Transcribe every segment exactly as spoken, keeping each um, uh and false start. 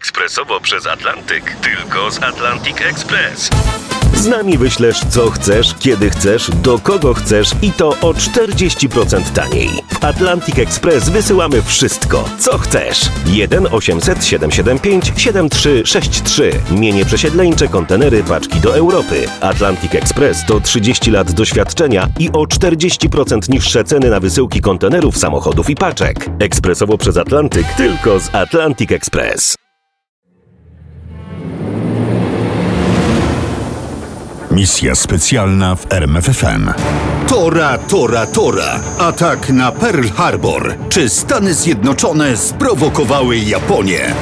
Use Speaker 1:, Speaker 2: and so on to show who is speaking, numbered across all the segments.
Speaker 1: ekspresowo przez Atlantyk. Tylko z Atlantic Express. Z nami wyślesz co chcesz, kiedy chcesz, do kogo chcesz i to o czterdzieści procent taniej. W Atlantic Express wysyłamy wszystko, co chcesz. jeden osiemset siedemset siedemdziesiąt pięć siedemdziesiąt trzy sześćdziesiąt trzy. Mienie przesiedleńcze, kontenery, paczki do Europy. Atlantic Express to trzydzieści lat doświadczenia i o czterdzieści procent niższe ceny na wysyłki kontenerów, samochodów i paczek. Ekspresowo przez Atlantyk, tylko z Atlantic Express.
Speaker 2: Misja specjalna w R M F F M.
Speaker 3: Tora, Tora, Tora. Atak na Pearl Harbor. Czy Stany Zjednoczone sprowokowały Japonię?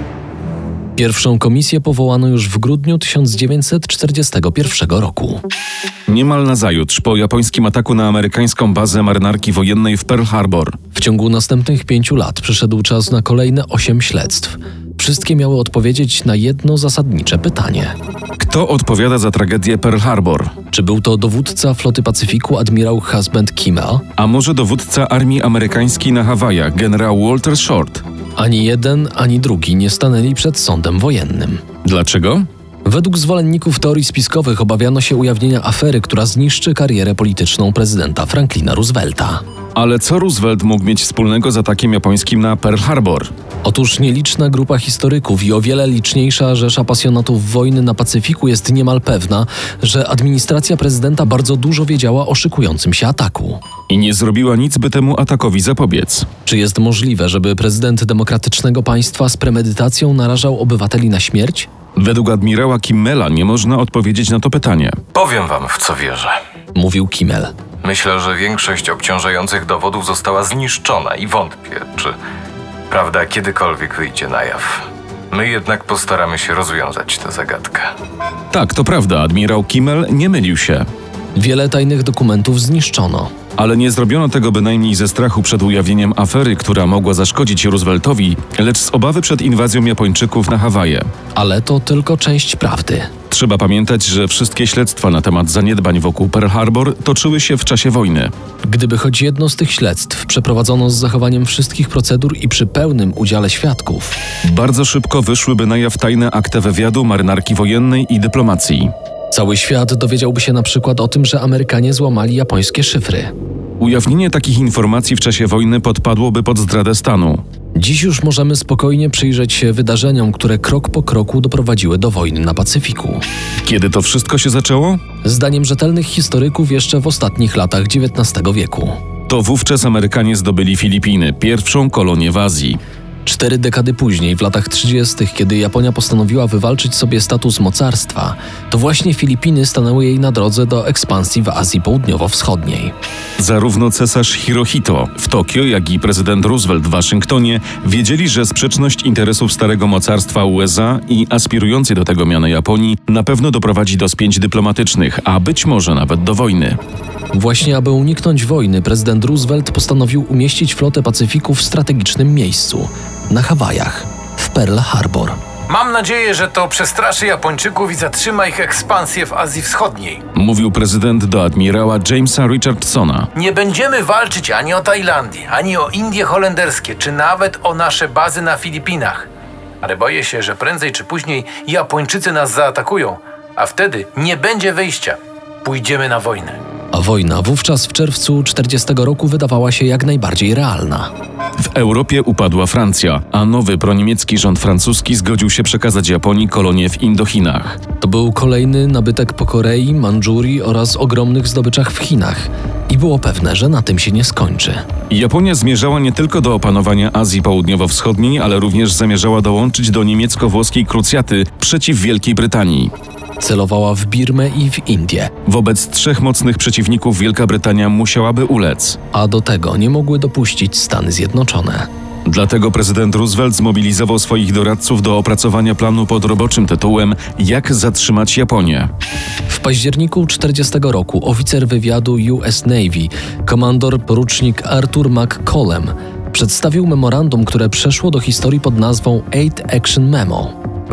Speaker 4: Pierwszą komisję powołano już w grudniu tysiąc dziewięćset czterdziestego pierwszego roku.
Speaker 5: Niemal nazajutrz po japońskim ataku na amerykańską bazę marynarki wojennej w Pearl Harbor.
Speaker 4: W ciągu następnych pięciu lat przyszedł czas na kolejne osiem śledztw. Wszystkie miały odpowiedzieć na jedno zasadnicze pytanie.
Speaker 5: Kto odpowiada za tragedię Pearl Harbor?
Speaker 4: Czy był to dowódca floty Pacyfiku admirał Husband Kimmel?
Speaker 5: A może dowódca armii amerykańskiej na Hawajach, generał Walter Short?
Speaker 4: Ani jeden, ani drugi nie stanęli przed sądem wojennym.
Speaker 5: Dlaczego?
Speaker 4: Według zwolenników teorii spiskowych obawiano się ujawnienia afery, która zniszczy karierę polityczną prezydenta Franklina Roosevelta.
Speaker 5: Ale co Roosevelt mógł mieć wspólnego z atakiem japońskim na Pearl Harbor?
Speaker 4: Otóż nieliczna grupa historyków i o wiele liczniejsza rzesza pasjonatów wojny na Pacyfiku jest niemal pewna, że administracja prezydenta bardzo dużo wiedziała o szykującym się ataku.
Speaker 5: I nie zrobiła nic, by temu atakowi zapobiec.
Speaker 4: Czy jest możliwe, żeby prezydent demokratycznego państwa z premedytacją narażał obywateli na śmierć?
Speaker 5: Według admirała Kimmela nie można odpowiedzieć na to pytanie.
Speaker 6: Powiem wam, w co wierzę.
Speaker 4: Mówił Kimmel.
Speaker 6: Myślę, że większość obciążających dowodów została zniszczona i wątpię, czy prawda kiedykolwiek wyjdzie na jaw. My jednak postaramy się rozwiązać tę zagadkę.
Speaker 5: Tak, to prawda, admirał Kimmel nie mylił się.
Speaker 4: Wiele tajnych dokumentów zniszczono.
Speaker 5: Ale nie zrobiono tego bynajmniej ze strachu przed ujawnieniem afery, która mogła zaszkodzić Rooseveltowi, lecz z obawy przed inwazją Japończyków na Hawaje.
Speaker 4: Ale to tylko część prawdy.
Speaker 5: Trzeba pamiętać, że wszystkie śledztwa na temat zaniedbań wokół Pearl Harbor toczyły się w czasie wojny.
Speaker 4: Gdyby choć jedno z tych śledztw przeprowadzono z zachowaniem wszystkich procedur i przy pełnym udziale świadków,
Speaker 5: bardzo szybko wyszłyby na jaw tajne akty wywiadu, marynarki wojennej i dyplomacji.
Speaker 4: Cały świat dowiedziałby się na przykład o tym, że Amerykanie złamali japońskie szyfry.
Speaker 5: Ujawnienie takich informacji w czasie wojny podpadłoby pod zdradę stanu.
Speaker 4: Dziś już możemy spokojnie przyjrzeć się wydarzeniom, które krok po kroku doprowadziły do wojny na Pacyfiku.
Speaker 5: Kiedy to wszystko się zaczęło?
Speaker 4: Zdaniem rzetelnych historyków jeszcze w ostatnich latach dziewiętnastego wieku.
Speaker 5: To wówczas Amerykanie zdobyli Filipiny, pierwszą kolonię w Azji.
Speaker 4: Cztery dekady później, w latach trzydziestych, kiedy Japonia postanowiła wywalczyć sobie status mocarstwa, to właśnie Filipiny stanęły jej na drodze do ekspansji w Azji Południowo-Wschodniej.
Speaker 5: Zarówno cesarz Hirohito w Tokio, jak i prezydent Roosevelt w Waszyngtonie wiedzieli, że sprzeczność interesów starego mocarstwa U S A i aspirującej do tego miana Japonii na pewno doprowadzi do spięć dyplomatycznych, a być może nawet do wojny.
Speaker 4: Właśnie aby uniknąć wojny, prezydent Roosevelt postanowił umieścić flotę Pacyfiku w strategicznym miejscu – na Hawajach, w Pearl Harbor.
Speaker 7: Mam nadzieję, że to przestraszy Japończyków i zatrzyma ich ekspansję w Azji Wschodniej.
Speaker 5: Mówił prezydent do admirała Jamesa Richardsona.
Speaker 7: Nie będziemy walczyć ani o Tajlandię, ani o Indie holenderskie, czy nawet o nasze bazy na Filipinach. Ale boję się, że prędzej czy później Japończycy nas zaatakują, a wtedy nie będzie wyjścia. Pójdziemy na wojnę.
Speaker 4: A wojna wówczas w czerwcu czterdziestego roku wydawała się jak najbardziej realna.
Speaker 5: W Europie upadła Francja, a nowy proniemiecki rząd francuski zgodził się przekazać Japonii kolonie w Indochinach.
Speaker 4: To był kolejny nabytek po Korei, Mandżurii oraz ogromnych zdobyczach w Chinach. I było pewne, że na tym się nie skończy.
Speaker 5: Japonia zmierzała nie tylko do opanowania Azji Południowo-Wschodniej, ale również zamierzała dołączyć do niemiecko-włoskiej krucjaty przeciw Wielkiej Brytanii.
Speaker 4: Celowała w Birmę i w Indię.
Speaker 5: Wobec trzech mocnych przeciwników Wielka Brytania musiałaby ulec.
Speaker 4: A do tego nie mogły dopuścić Stany Zjednoczone.
Speaker 5: Dlatego prezydent Roosevelt zmobilizował swoich doradców do opracowania planu pod roboczym tytułem „Jak zatrzymać Japonię”.
Speaker 4: W październiku czterdziestego roku oficer wywiadu U S Navy, komandor porucznik Arthur McCollum, przedstawił memorandum, które przeszło do historii pod nazwą Eight Action Memo.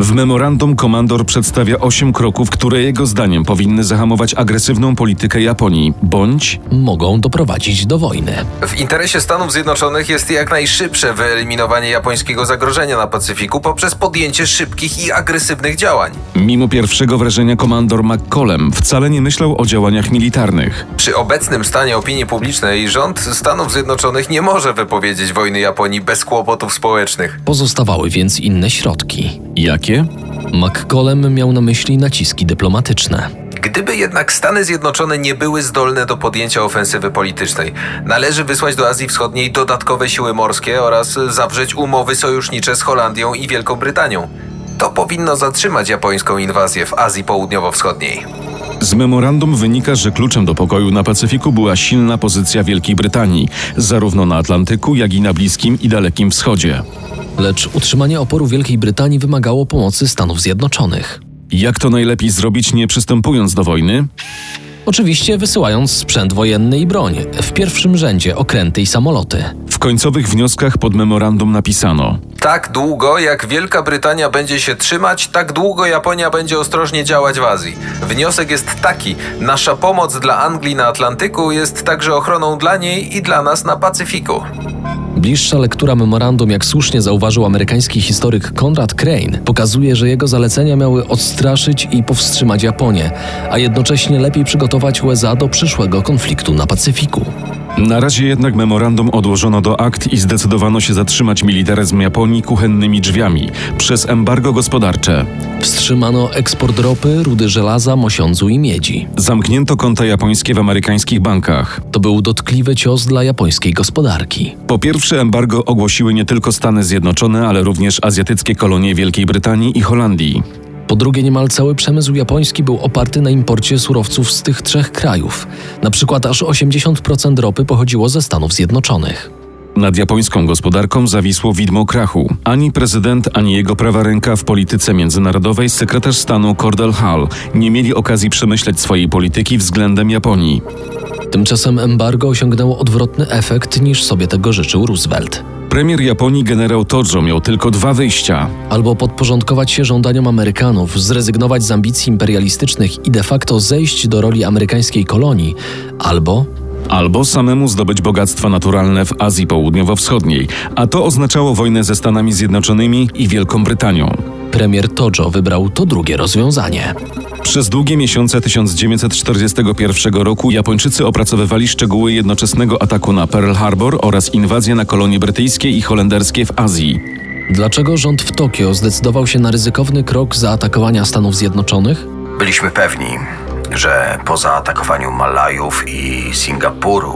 Speaker 5: W memorandum komandor przedstawia osiem kroków, które jego zdaniem powinny zahamować agresywną politykę Japonii, bądź
Speaker 4: mogą doprowadzić do wojny.
Speaker 8: W interesie Stanów Zjednoczonych jest jak najszybsze wyeliminowanie japońskiego zagrożenia na Pacyfiku poprzez podjęcie szybkich i agresywnych działań.
Speaker 5: Mimo pierwszego wrażenia komandor McCollum wcale nie myślał o działaniach militarnych.
Speaker 8: Przy obecnym stanie opinii publicznej rząd Stanów Zjednoczonych nie może wypowiedzieć wojny Japonii bez kłopotów społecznych.
Speaker 4: Pozostawały więc inne środki.
Speaker 5: Jakie?
Speaker 4: McCollum miał na myśli naciski dyplomatyczne.
Speaker 8: Gdyby jednak Stany Zjednoczone nie były zdolne do podjęcia ofensywy politycznej, należy wysłać do Azji Wschodniej dodatkowe siły morskie oraz zawrzeć umowy sojusznicze z Holandią i Wielką Brytanią. To powinno zatrzymać japońską inwazję w Azji Południowo-Wschodniej.
Speaker 5: Z memorandum wynika, że kluczem do pokoju na Pacyfiku była silna pozycja Wielkiej Brytanii, zarówno na Atlantyku, jak i na Bliskim i Dalekim Wschodzie.
Speaker 4: Lecz utrzymanie oporu Wielkiej Brytanii wymagało pomocy Stanów Zjednoczonych.
Speaker 5: Jak to najlepiej zrobić, nie przystępując do wojny?
Speaker 4: Oczywiście wysyłając sprzęt wojenny i broń, w pierwszym rzędzie okręty i samoloty.
Speaker 5: W końcowych wnioskach pod memorandum napisano:
Speaker 8: Tak długo, jak Wielka Brytania będzie się trzymać, tak długo Japonia będzie ostrożnie działać w Azji. Wniosek jest taki: nasza pomoc dla Anglii na Atlantyku jest także ochroną dla niej i dla nas na Pacyfiku.
Speaker 4: Bliższa lektura memorandum, jak słusznie zauważył amerykański historyk Conrad Crane, pokazuje, że jego zalecenia miały odstraszyć i powstrzymać Japonię, a jednocześnie lepiej przygotować U S A do przyszłego konfliktu na Pacyfiku.
Speaker 5: Na razie jednak memorandum odłożono do akt i zdecydowano się zatrzymać militaryzm Japonii kuchennymi drzwiami przez embargo gospodarcze.
Speaker 4: Wstrzymano eksport ropy, rudy żelaza, mosiądzu i miedzi.
Speaker 5: Zamknięto konta japońskie w amerykańskich bankach.
Speaker 4: To był dotkliwy cios dla japońskiej gospodarki.
Speaker 5: Po pierwsze, embargo ogłosiły nie tylko Stany Zjednoczone, ale również azjatyckie kolonie Wielkiej Brytanii i Holandii.
Speaker 4: Po drugie, niemal cały przemysł japoński był oparty na imporcie surowców z tych trzech krajów. Na przykład aż osiemdziesiąt procent ropy pochodziło ze Stanów Zjednoczonych.
Speaker 5: Nad japońską gospodarką zawisło widmo krachu. Ani prezydent, ani jego prawa ręka w polityce międzynarodowej, sekretarz stanu Cordell Hull, nie mieli okazji przemyśleć swojej polityki względem Japonii.
Speaker 4: Tymczasem embargo osiągnęło odwrotny efekt, niż sobie tego życzył Roosevelt.
Speaker 5: Premier Japonii generał Tojo miał tylko dwa wyjścia.
Speaker 4: Albo podporządkować się żądaniom Amerykanów, zrezygnować z ambicji imperialistycznych i de facto zejść do roli amerykańskiej kolonii, albo...
Speaker 5: Albo samemu zdobyć bogactwa naturalne w Azji Południowo-Wschodniej, a to oznaczało wojnę ze Stanami Zjednoczonymi i Wielką Brytanią.
Speaker 4: Premier Tojo wybrał to drugie rozwiązanie.
Speaker 5: Przez długie miesiące tysiąc dziewięćset czterdziestego pierwszego roku Japończycy opracowywali szczegóły jednoczesnego ataku na Pearl Harbor oraz inwazję na kolonie brytyjskie i holenderskie w Azji.
Speaker 4: Dlaczego rząd w Tokio zdecydował się na ryzykowny krok zaatakowania Stanów Zjednoczonych?
Speaker 9: Byliśmy pewni, że po zaatakowaniu Malajów i Singapuru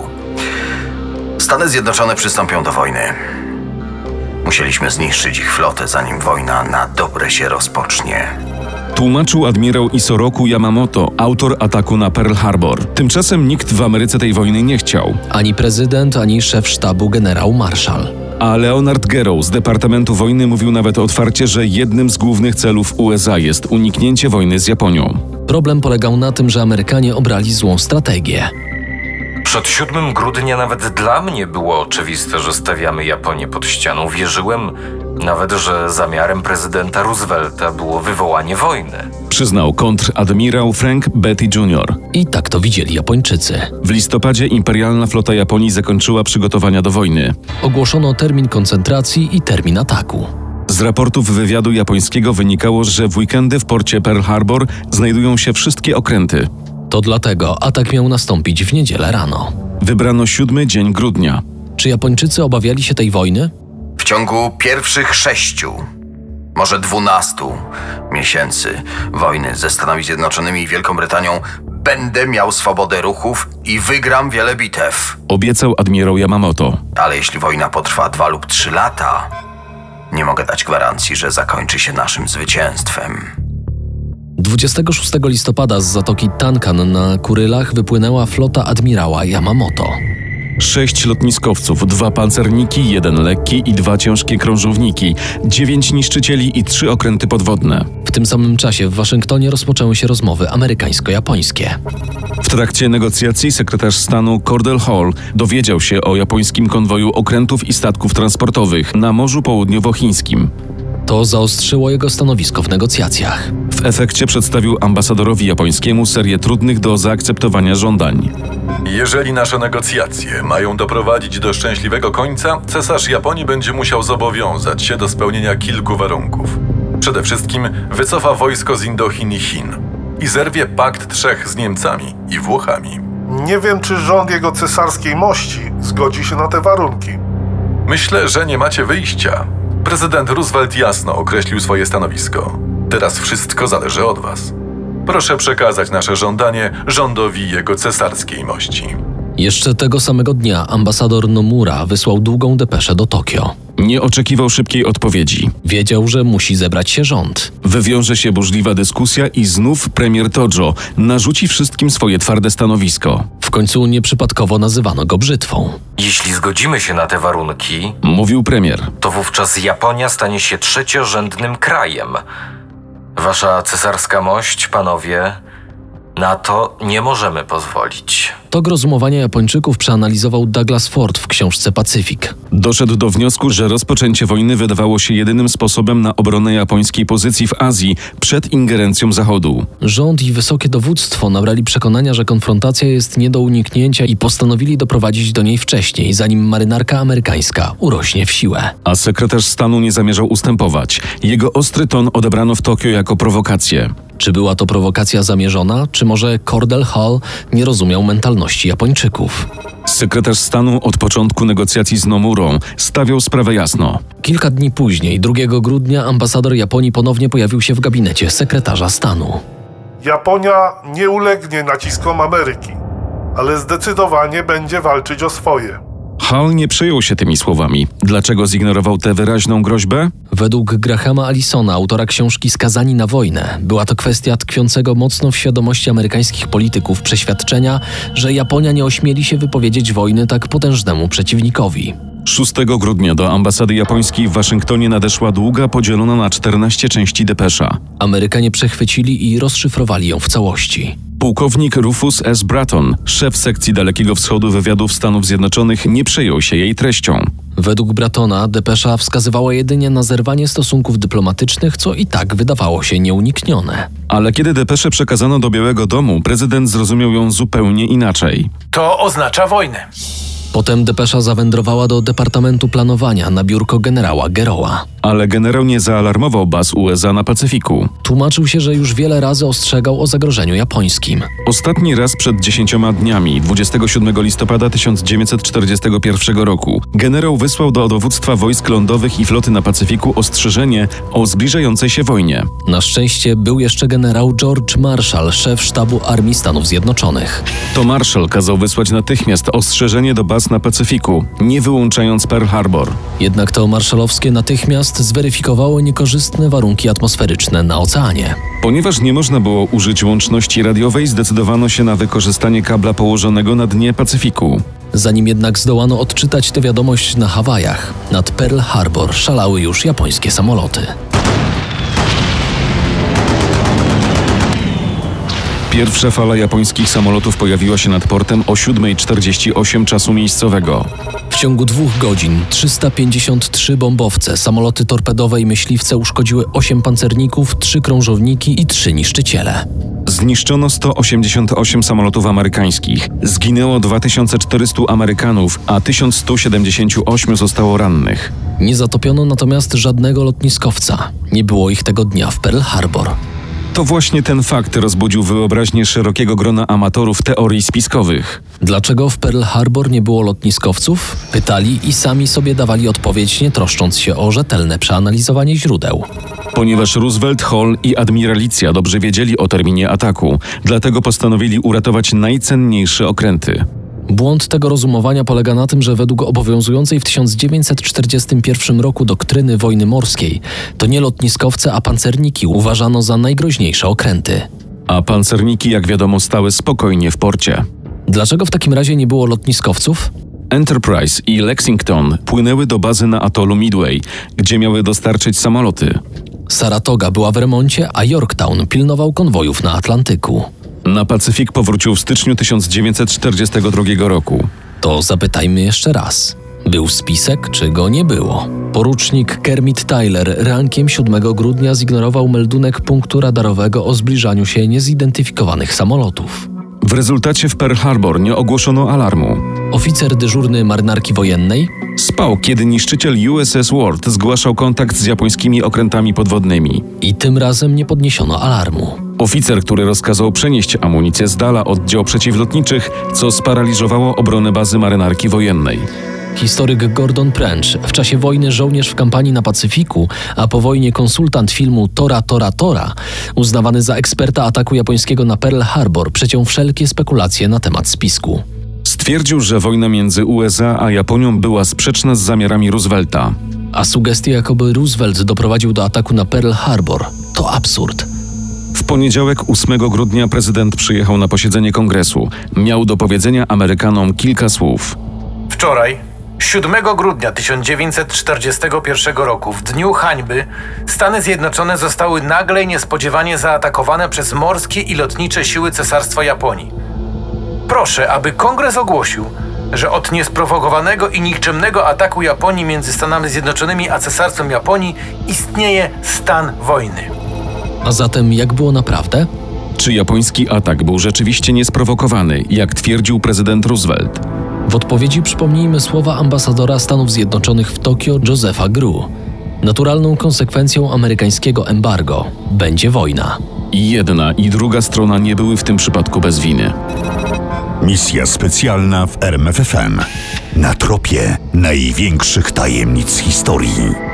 Speaker 9: Stany Zjednoczone przystąpią do wojny. Musieliśmy zniszczyć ich flotę, zanim wojna na dobre się rozpocznie.
Speaker 5: Tłumaczył admirał Isoroku Yamamoto, autor ataku na Pearl Harbor. Tymczasem nikt w Ameryce tej wojny nie chciał.
Speaker 4: Ani prezydent, ani szef sztabu generał Marshall.
Speaker 5: A Leonard Garrow z Departamentu Wojny mówił nawet otwarcie, że jednym z głównych celów U S A jest uniknięcie wojny z Japonią.
Speaker 4: Problem polegał na tym, że Amerykanie obrali złą strategię.
Speaker 6: Przed siódmego grudnia nawet dla mnie było oczywiste, że stawiamy Japonię pod ścianą. Wierzyłem nawet, że zamiarem prezydenta Roosevelta było wywołanie wojny.
Speaker 5: Przyznał kontradmirał Frank Betty junior
Speaker 4: I tak to widzieli Japończycy.
Speaker 5: W listopadzie imperialna flota Japonii zakończyła przygotowania do wojny.
Speaker 4: Ogłoszono termin koncentracji i termin ataku.
Speaker 5: Z raportów wywiadu japońskiego wynikało, że w weekendy w porcie Pearl Harbor znajdują się wszystkie okręty.
Speaker 4: To dlatego atak miał nastąpić w niedzielę rano.
Speaker 5: Wybrano siódmy dzień grudnia.
Speaker 4: Czy Japończycy obawiali się tej wojny?
Speaker 9: W ciągu pierwszych sześciu, może dwunastu miesięcy wojny ze Stanami Zjednoczonymi i Wielką Brytanią będę miał swobodę ruchów i wygram wiele bitew.
Speaker 5: Obiecał admirał Yamamoto.
Speaker 9: Ale jeśli wojna potrwa dwa lub trzy lata, nie mogę dać gwarancji, że zakończy się naszym zwycięstwem.
Speaker 4: dwudziestego szóstego listopada z zatoki Tankan na Kurylach wypłynęła flota admirała Yamamoto.
Speaker 5: Sześć lotniskowców, dwa pancerniki, jeden lekki i dwa ciężkie krążowniki, dziewięć niszczycieli i trzy okręty podwodne.
Speaker 4: W tym samym czasie w Waszyngtonie rozpoczęły się rozmowy amerykańsko-japońskie.
Speaker 5: W trakcie negocjacji sekretarz stanu Cordell Hull dowiedział się o japońskim konwoju okrętów i statków transportowych na Morzu Południowochińskim.
Speaker 4: To zaostrzyło jego stanowisko w negocjacjach.
Speaker 5: W efekcie przedstawił ambasadorowi japońskiemu serię trudnych do zaakceptowania żądań.
Speaker 10: Jeżeli nasze negocjacje mają doprowadzić do szczęśliwego końca, cesarz Japonii będzie musiał zobowiązać się do spełnienia kilku warunków. Przede wszystkim wycofa wojsko z Indochin i Chin i zerwie pakt trzech z Niemcami i Włochami.
Speaker 11: Nie wiem, czy rząd jego cesarskiej mości zgodzi się na te warunki.
Speaker 10: Myślę, że nie macie wyjścia. Prezydent Roosevelt jasno określił swoje stanowisko. Teraz wszystko zależy od was. Proszę przekazać nasze żądanie rządowi jego cesarskiej mości.
Speaker 4: Jeszcze tego samego dnia ambasador Nomura wysłał długą depeszę do Tokio.
Speaker 5: Nie oczekiwał szybkiej odpowiedzi.
Speaker 4: Wiedział, że musi zebrać się rząd.
Speaker 5: Wywiąże się burzliwa dyskusja i znów premier Tojo narzuci wszystkim swoje twarde stanowisko.
Speaker 4: W końcu nieprzypadkowo nazywano go brzytwą.
Speaker 6: Jeśli zgodzimy się na te warunki,
Speaker 5: Mówił premier.
Speaker 6: to wówczas Japonia stanie się trzeciorzędnym krajem. Wasza cesarska mość, panowie, na to nie możemy pozwolić.
Speaker 4: Tok rozumowania Japończyków przeanalizował Douglas Ford w książce Pacyfik.
Speaker 5: Doszedł do wniosku, że rozpoczęcie wojny wydawało się jedynym sposobem na obronę japońskiej pozycji w Azji przed ingerencją Zachodu.
Speaker 4: Rząd i wysokie dowództwo nabrali przekonania, że konfrontacja jest nie do uniknięcia i postanowili doprowadzić do niej wcześniej, zanim marynarka amerykańska urośnie w siłę.
Speaker 5: A sekretarz stanu nie zamierzał ustępować. Jego ostry ton odebrano w Tokio jako prowokację.
Speaker 4: Czy była to prowokacja zamierzona, czy może Cordell Hull nie rozumiał mentalności Japończyków?
Speaker 5: Sekretarz stanu od początku negocjacji z Nomurą stawiał sprawę jasno.
Speaker 4: Kilka dni później, drugiego grudnia, ambasador Japonii ponownie pojawił się w gabinecie sekretarza stanu.
Speaker 11: Japonia nie ulegnie naciskom Ameryki, ale zdecydowanie będzie walczyć o swoje.
Speaker 5: Hull nie przejął się tymi słowami. Dlaczego zignorował tę wyraźną groźbę?
Speaker 4: Według Grahama Allisona, autora książki Skazani na wojnę, była to kwestia tkwiącego mocno w świadomości amerykańskich polityków przeświadczenia, że Japonia nie ośmieli się wypowiedzieć wojny tak potężnemu przeciwnikowi.
Speaker 5: szóstego grudnia do ambasady japońskiej w Waszyngtonie nadeszła długa, podzielona na czternaście części depesza.
Speaker 4: Amerykanie przechwycili i rozszyfrowali ją w całości.
Speaker 5: Pułkownik Rufus S. Bratton, szef sekcji Dalekiego Wschodu wywiadów Stanów Zjednoczonych, nie przejął się jej treścią.
Speaker 4: Według Brattona depesza wskazywała jedynie na zerwanie stosunków dyplomatycznych, co i tak wydawało się nieuniknione.
Speaker 5: Ale kiedy depeszę przekazano do Białego Domu, prezydent zrozumiał ją zupełnie inaczej.
Speaker 7: To oznacza wojnę.
Speaker 4: Potem depesza zawędrowała do Departamentu Planowania na biurko generała Geroła.
Speaker 5: Ale generał nie zaalarmował baz U S A na Pacyfiku.
Speaker 4: Tłumaczył się, że już wiele razy ostrzegał o zagrożeniu japońskim.
Speaker 5: Ostatni raz przed dziesięcioma dniami, dwudziestego siódmego listopada tysiąc dziewięćset czterdziestego pierwszego roku, generał wysłał do dowództwa wojsk lądowych i floty na Pacyfiku ostrzeżenie o zbliżającej się wojnie.
Speaker 4: Na szczęście był jeszcze generał George Marshall, szef sztabu Armii Stanów Zjednoczonych.
Speaker 5: To Marshall kazał wysłać natychmiast ostrzeżenie do baz na Pacyfiku, nie wyłączając Pearl Harbor.
Speaker 4: Jednak to marszałowskie natychmiast zweryfikowało niekorzystne warunki atmosferyczne na oceanie.
Speaker 5: Ponieważ nie można było użyć łączności radiowej, zdecydowano się na wykorzystanie kabla położonego na dnie Pacyfiku.
Speaker 4: Zanim jednak zdołano odczytać tę wiadomość na Hawajach, nad Pearl Harbor szalały już japońskie samoloty.
Speaker 5: Pierwsza fala japońskich samolotów pojawiła się nad portem o siódma czterdzieści osiem czasu miejscowego.
Speaker 4: W ciągu dwóch godzin trzysta pięćdziesiąt trzy bombowce, samoloty torpedowe i myśliwce uszkodziły osiem pancerników, trzy krążowniki i trzy niszczyciele.
Speaker 5: Zniszczono sto osiemdziesiąt osiem samolotów amerykańskich. Zginęło dwa tysiące czterystu Amerykanów, a tysiąc sto siedemdziesiąt osiem zostało rannych.
Speaker 4: Nie zatopiono natomiast żadnego lotniskowca. Nie było ich tego dnia w Pearl Harbor.
Speaker 5: To właśnie ten fakt rozbudził wyobraźnię szerokiego grona amatorów teorii spiskowych.
Speaker 4: Dlaczego w Pearl Harbor nie było lotniskowców? Pytali i sami sobie dawali odpowiedź, nie troszcząc się o rzetelne przeanalizowanie źródeł.
Speaker 5: Ponieważ Roosevelt, Hall i admiralicja dobrze wiedzieli o terminie ataku, dlatego postanowili uratować najcenniejsze okręty.
Speaker 4: Błąd tego rozumowania polega na tym, że według obowiązującej w tysiąc dziewięćset czterdziestym pierwszym roku doktryny wojny morskiej, to nie lotniskowce, a pancerniki uważano za najgroźniejsze okręty.
Speaker 5: A pancerniki, jak wiadomo, stały spokojnie w porcie.
Speaker 4: Dlaczego w takim razie nie było lotniskowców?
Speaker 5: Enterprise i Lexington płynęły do bazy na atolu Midway, gdzie miały dostarczyć samoloty.
Speaker 4: Saratoga była w remoncie, a Yorktown pilnował konwojów na Atlantyku.
Speaker 5: Na Pacyfik powrócił w styczniu tysiąc dziewięćset czterdziestego drugiego roku.
Speaker 4: To zapytajmy jeszcze raz. Był spisek, czy go nie było? Porucznik Kermit Tyler rankiem siódmego grudnia zignorował meldunek punktu radarowego o zbliżaniu się niezidentyfikowanych samolotów.
Speaker 5: W rezultacie w Pearl Harbor nie ogłoszono alarmu.
Speaker 4: Oficer dyżurny marynarki wojennej
Speaker 5: Spał, kiedy niszczyciel U S S Ward zgłaszał kontakt z japońskimi okrętami podwodnymi.
Speaker 4: I tym razem nie podniesiono alarmu.
Speaker 5: Oficer, który rozkazał przenieść amunicję z dala od dział przeciwlotniczych, co sparaliżowało obronę bazy marynarki wojennej.
Speaker 4: Historyk Gordon Prench, w czasie wojny żołnierz w kampanii na Pacyfiku, a po wojnie konsultant filmu Tora, Tora, Tora, uznawany za eksperta ataku japońskiego na Pearl Harbor, przeciął wszelkie spekulacje na temat spisku.
Speaker 5: Stwierdził, że wojna między U S A a Japonią była sprzeczna z zamiarami Roosevelta.
Speaker 4: A sugestie, jakoby Roosevelt doprowadził do ataku na Pearl Harbor, to absurd.
Speaker 5: W poniedziałek ósmego grudnia prezydent przyjechał na posiedzenie kongresu. Miał do powiedzenia Amerykanom kilka słów.
Speaker 7: Wczoraj, siódmego grudnia tysiąc dziewięćset czterdziestego pierwszego roku, w dniu hańby, Stany Zjednoczone zostały nagle i niespodziewanie zaatakowane przez morskie i lotnicze siły Cesarstwa Japonii. Proszę, aby Kongres ogłosił, że od niesprowokowanego i nikczemnego ataku Japonii między Stanami Zjednoczonymi a Cesarstwem Japonii istnieje stan wojny.
Speaker 4: A zatem jak było naprawdę?
Speaker 5: Czy japoński atak był rzeczywiście niesprowokowany, jak twierdził prezydent Roosevelt?
Speaker 4: W odpowiedzi przypomnijmy słowa ambasadora Stanów Zjednoczonych w Tokio Josepha Grew. Naturalną konsekwencją amerykańskiego embargo będzie wojna.
Speaker 5: I jedna i druga strona nie były w tym przypadku bez winy.
Speaker 2: Misja specjalna w R M F F M. Na tropie największych tajemnic historii.